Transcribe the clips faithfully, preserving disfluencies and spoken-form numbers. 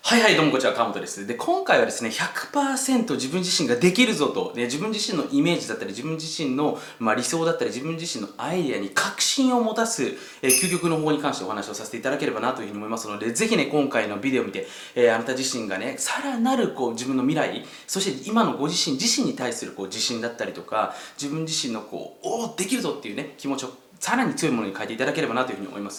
はいはい、どうもこんにちは、川本です。で、今回はですね、ひゃくパーセント自分自身ができるぞと、ね、自分自身のイメージだったり、自分自身の、まあ、理想だったり、自分自身のアイデアに確信を持たす、えー、究極の方法に関してお話をさせていただければなというふうに思いますので、ぜひね、今回のビデオを見て、えー、あなた自身がね、さらなるこう自分の未来、そして今のご自身自身に対するこう自信だったりとか、自分自身のこう、おお、できるぞっていうね、気持ちをさらに強いものに変えていただければなというふうに思います。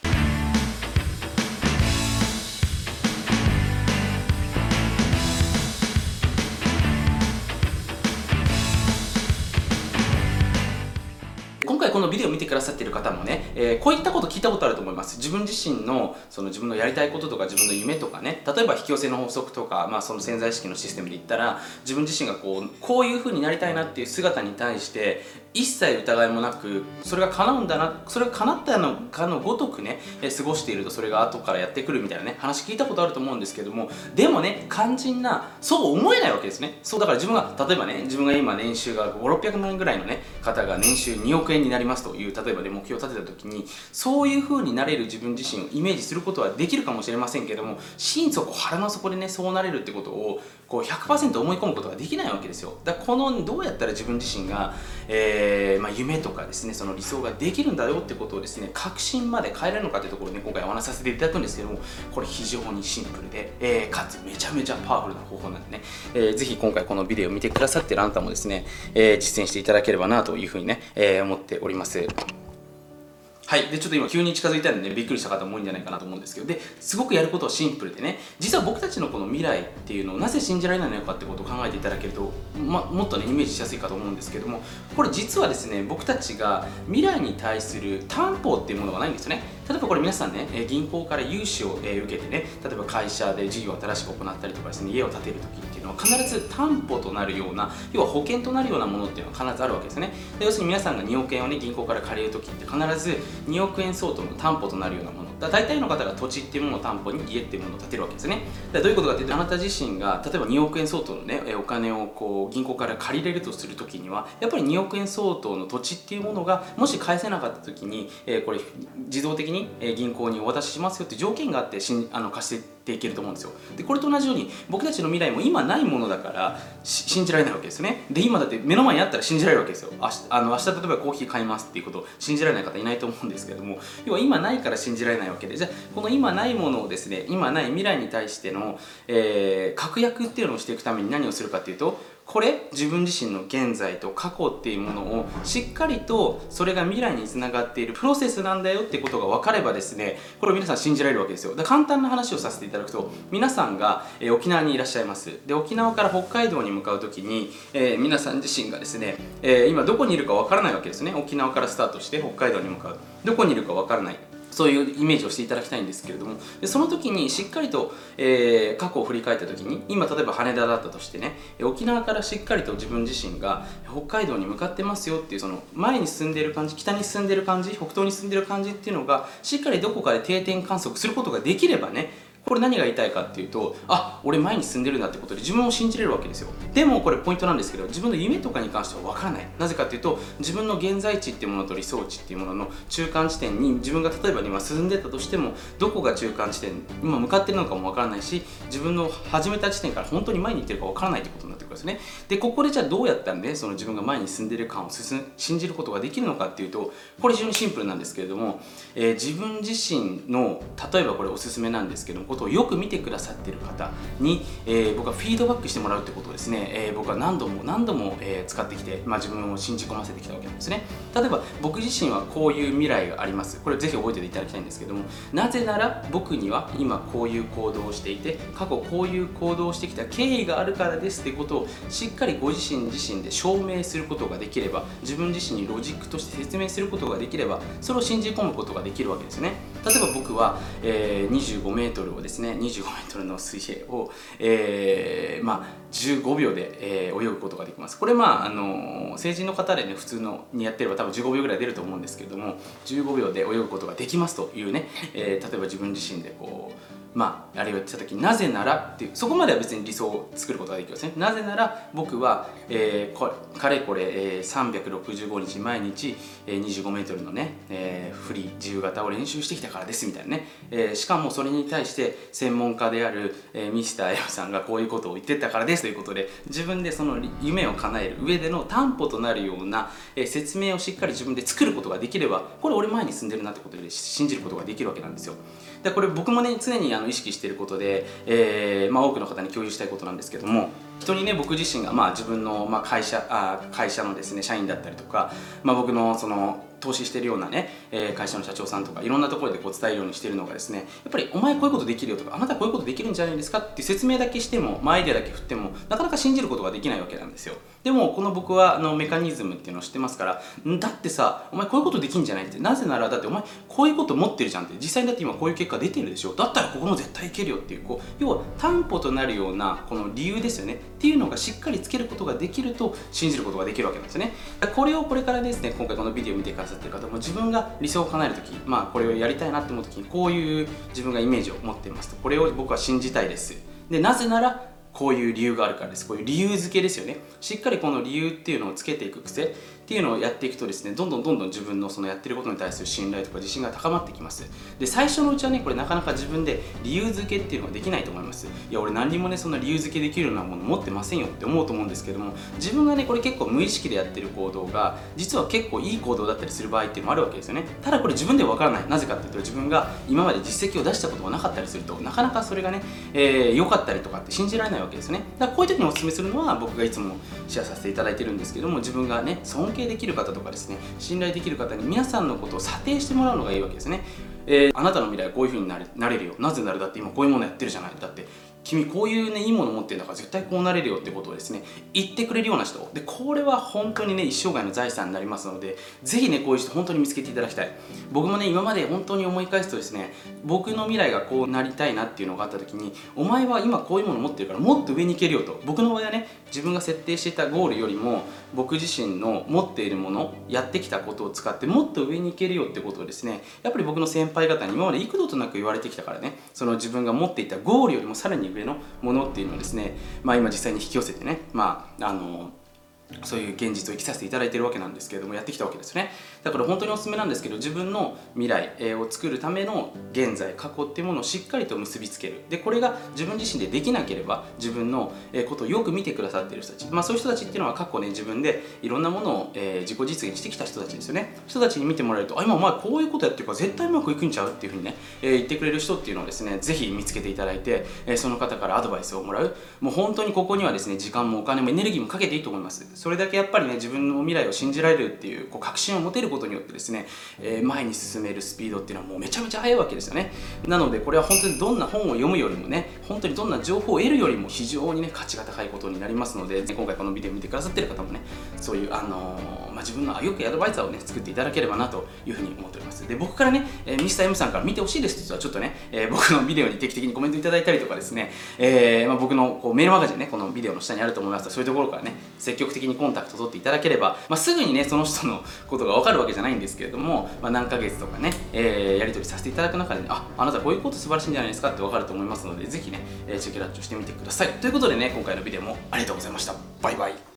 今回このビデオを見てくださっている方もね、えー、こういったこと聞いたことあると思います。自分自身のその自分のやりたいこととか自分の夢とかね、例えば引き寄せの法則とか、まあ、その潜在意識のシステムで言ったら、自分自身がこうこういう風になりたいなっていう姿に対して一切疑いもなく、それが叶うんだな、それが叶ったのかのごとくね、えー、過ごしているとそれが後からやってくるみたいなね話聞いたことあると思うんですけども、でもね、肝心なそう思えないわけですね。そうだから自分が例えばね、自分が今年収がご、ろっぴゃくまん円ぐらいのね方が年収におくえんになりますという例えばで目標を立てた時に、そういう風になれる自分自身をイメージすることはできるかもしれませんけども、心底腹の底でねそうなれるってことをこう ひゃくパーセント 思い込むことができないわけですよ。だからこのどうやったら自分自身が、えーまあ、夢とかですね、その理想ができるんだよってことをですね、確信まで変えられるのかというところをね今回お話しさせていただくんですけども、これ非常にシンプルで、えー、かつめちゃめちゃパワフルな方法なんでね、えー、ぜひ今回このビデオを見てくださっているあなたもですね、えー、実践していただければなというふうにね、えー、思っております。はい。で、ちょっと今急に近づいたんでね、びっくりした方も多いんじゃないかなと思うんですけど、で、すごくやることはシンプルでね、実は僕たちのこの未来っていうのをなぜ信じられないのかってことを考えていただけると、ま、もっとね、イメージしやすいかと思うんですけども、これ実はですね、僕たちが未来に対する担保っていうものがないんですよね。例えばこれ皆さんね、銀行から融資を受けてね、例えば会社で事業を新しく行ったりとかですね、家を建てるときっていうのは必ず担保となるような、要は保険となるようなものっていうのは必ずあるわけですね。で要するに皆さんがにおくえんをね、銀行から借りるときって必ずにおくえん相当の担保となるようなもの。だ大体の方が土地っていうものを担保に家っていうものを建てるわけですね。だどういうことかというと、あなた自身が例えばにおくえん相当のね、お金をこう銀行から借りれるとするときには、やっぱりにおくえん相当の土地っていうものがもし返せなかったときに、えー、これ自動的に銀行にお渡ししますよって条件があってしんあの貸していけると思うんですよ。でこれと同じように僕たちの未来も今ないものだから信じられないわけですね。で今だって目の前にあったら信じられるわけですよ。明日あの明日例えばコーヒー買いますっていうことを信じられない方いないと思うんですけども、要は今ないから信じられないわけで、じゃあこの今ないものをですね、今ない未来に対しての、えー、確約っていうのをしていくために何をするかっていうと、これ自分自身の現在と過去っていうものをしっかりとそれが未来につながっているプロセスなんだよってことが分かればですね、これを皆さん信じられるわけですよ。だから簡単な話をさせていただくと、皆さんが、えー、沖縄にいらっしゃいます。で沖縄から北海道に向かう時に、えー、皆さん自身がですね、えー、今どこにいるか分からないわけですね。沖縄からスタートして北海道に向かう、どこにいるか分からない、そういうイメージをしていただきたいんですけれども、でその時にしっかりと、えー、過去を振り返った時に、今例えば羽田だったとしてね、沖縄からしっかりと自分自身が北海道に向かってますよっていう、その前に進んでいる感じ、北に進んでいる感じ、北東に進んでいる感じっていうのがしっかりどこかで定点観測することができればね、これ何が言いたいかっていうと、あ、俺前に進んでるんだってことで自分を信じれるわけですよ。でもこれポイントなんですけど、自分の夢とかに関しては分からない。なぜかっていうと、自分の現在地っていうものと理想地っていうものの中間地点に自分が例えば今進んでたとしても、どこが中間地点、今向かってるのかも分からないし、自分の始めた地点から本当に前に行ってるか分からないってことになってくるんですね。でここでじゃあどうやったらね、その自分が前に進んでる感を信じることができるのかっていうと、これ非常にシンプルなんですけれども、えー、自分自身の例えばこれおすすめなんですけども、ことをよく見てくださっている方に、えー、僕はフィードバックしてもらうってことをですね、えー、僕は何度も何度も、えー、使ってきて、まあ、自分を信じ込ませてきたわけなんですね。例えば僕自身はこういう未来があります。これぜひ覚えておいていただきたいんですけども、なぜなら僕には今こういう行動をしていて、過去こういう行動をしてきた経緯があるからですってことをしっかりご自身自身で証明することができれば、自分自身にロジックとして説明することができれば、それを信じ込むことができるわけですね。例えば僕は、えー、にじゅうごメートルをですね、にじゅうごメートルの水泳を、えー、まあじゅうごびょうで、えー、泳ぐことができます。これまああの成人の方でね、普通のにやってれば多分じゅうごびょうぐらい出ると思うんですけれども、じゅうごびょうで泳ぐことができますというね、えー、例えば自分自身でこうまあ、あれをやってた時になぜならっていう、そこまでは別に理想を作ることができますね。なぜなら僕は、えー、こかれこれ、えー、さんびゃくろくじゅうごにち毎日、えー、にじゅうごメートルのね、えー、フリー自由形を練習してきたからですみたいなね、えー、しかもそれに対して専門家である、えー、ミスター M さんがこういうことを言ってたからですということで、自分でその夢を叶える上での担保となるような、えー、説明をしっかり自分で作ることができれば、これ俺前に進んでるなってことで信じることができるわけなんですよ。でこれ僕もね常にあの意識していることで、えーまあ、多くの方に共有したいことなんですけども、人にね僕自身が、まあ、自分の、まあ、会社あ会社のですね社員だったりとか、まあ、僕のその投資しているようなね、えー、会社の社長さんとかいろんなところでこう伝えるようにしているのがですね、やっぱりお前こういうことできるよとか、あなたこういうことできるんじゃないですかっていう説明だけしても、まあ、アイデアだけ振ってもなかなか信じることができないわけなんですよ。でもこの僕はあのメカニズムっていうのを知ってますから、だってさお前こういうことできんじゃないって、なぜならだってお前こういうこと持ってるじゃんって、実際にだって今こういう結果出てるでしょ、だったらここも絶対いけるよっていう、こう要は担保となるようなこの理由ですよねっていうのがしっかりつけることができると信じることができるわけなんですよね。これをこれからですね、今回このビデオを見てくださってる方も自分が理想を叶えるとき、まあこれをやりたいなって思うときにこういう自分がイメージを持っていますと、これを僕は信じたいです。でなぜならこういう理由があるからです。こういう理由付けですよね。しっかりこの理由っていうのをつけていく癖っていうのをやっていくとですね、どんどんどんどん自分のそのやってることに対する信頼とか自信が高まってきます。で最初のうちはねこれなかなか自分で理由付けっていうのができないと思います。いや俺何にもねそんな理由付けできるようなもの持ってませんよって思うと思うんですけども、自分がねこれ結構無意識でやってる行動が実は結構いい行動だったりする場合っていうのもあるわけですよね。ただこれ自分ではわからない。なぜかっていうと自分が今まで実績を出したことがなかったりすると、なかなかそれがね良、えー、かったりとかって信じられないわけですよね。だからこういう時にお勧めするのは僕がいつもシェアさせていただいてるんですけども、自分がね尊敬できる方とかですね、信頼できる方に皆さんのことを査定してもらうのがいいわけですね。えー、あなたの未来はこういう風になれ、なれるよ。なぜならだって今こういうものやってるじゃない。だって君こういうねいいもの持ってるんだから絶対こうなれるよってことをですね言ってくれるような人で、これは本当にね一生涯の財産になりますので、ぜひねこういう人本当に見つけていただきたい。僕もね今まで本当に思い返すとですね、僕の未来がこうなりたいなっていうのがあった時に、お前は今こういうもの持ってるからもっと上に行けるよと、僕の場合はね自分が設定していたゴールよりも僕自身の持っているもの、やってきたことを使ってもっと上に行けるよってことをですね、やっぱり僕の先輩方に今まで幾度となく言われてきたからね、その自分が持っていたゴールよりもさらに上のものっていうのをですね、まあ今実際に引き寄せてね、まああのそういう現実を生きさせていただいているわけなんですけれども、やってきたわけですね。だから本当におすすめなんですけど、自分の未来を作るための現在過去っていうものをしっかりと結びつける。でこれが自分自身でできなければ、自分のことをよく見てくださっている人たち、まあそういう人たちっていうのは過去ね自分でいろんなものを、えー、自己実現してきた人たちですよね。人たちに見てもらえると、あ今お前こういうことやってるから絶対うまくいくんちゃうっていうふうにね、えー、言ってくれる人っていうのをですねぜひ見つけていただいて、えー、その方からアドバイスをもらう。もう本当にここにはですね時間もお金もエネルギーもかけていいと思います。それだけやっぱりね自分の未来を信じられるっていう、こう確信を持てることによってですね、えー、前に進めるスピードっていうのはもうめちゃめちゃ速いわけですよね。なのでこれは本当にどんな本を読むよりもね、本当にどんな情報を得るよりも非常にね価値が高いことになりますので、今回このビデオを見てくださってる方もね、そういうあのー、まあ、自分のよくアドバイザーをね作っていただければなというふうに思っております。で僕からね、えー、ミスター M さんから見てほしいですって人はちょっとね、えー、僕のビデオに定期的にコメントいただいたりとかですね、えーまあ、僕のこうメールマガジンねこのビデオの下にあると思いますので、そういうところからね積極的にコンタクトを取っていただければ、まあ、すぐにねその人のことが分かるわけじゃないんですけれども、まあ、何ヶ月とかね、えー、やり取りさせていただく中でね、ああなたこういうこと素晴らしいんじゃないですかって分かると思いますので、ぜひね、えー、チェックラッチをしてみてください。ということでね、今回のビデオもありがとうございました。バイバイ。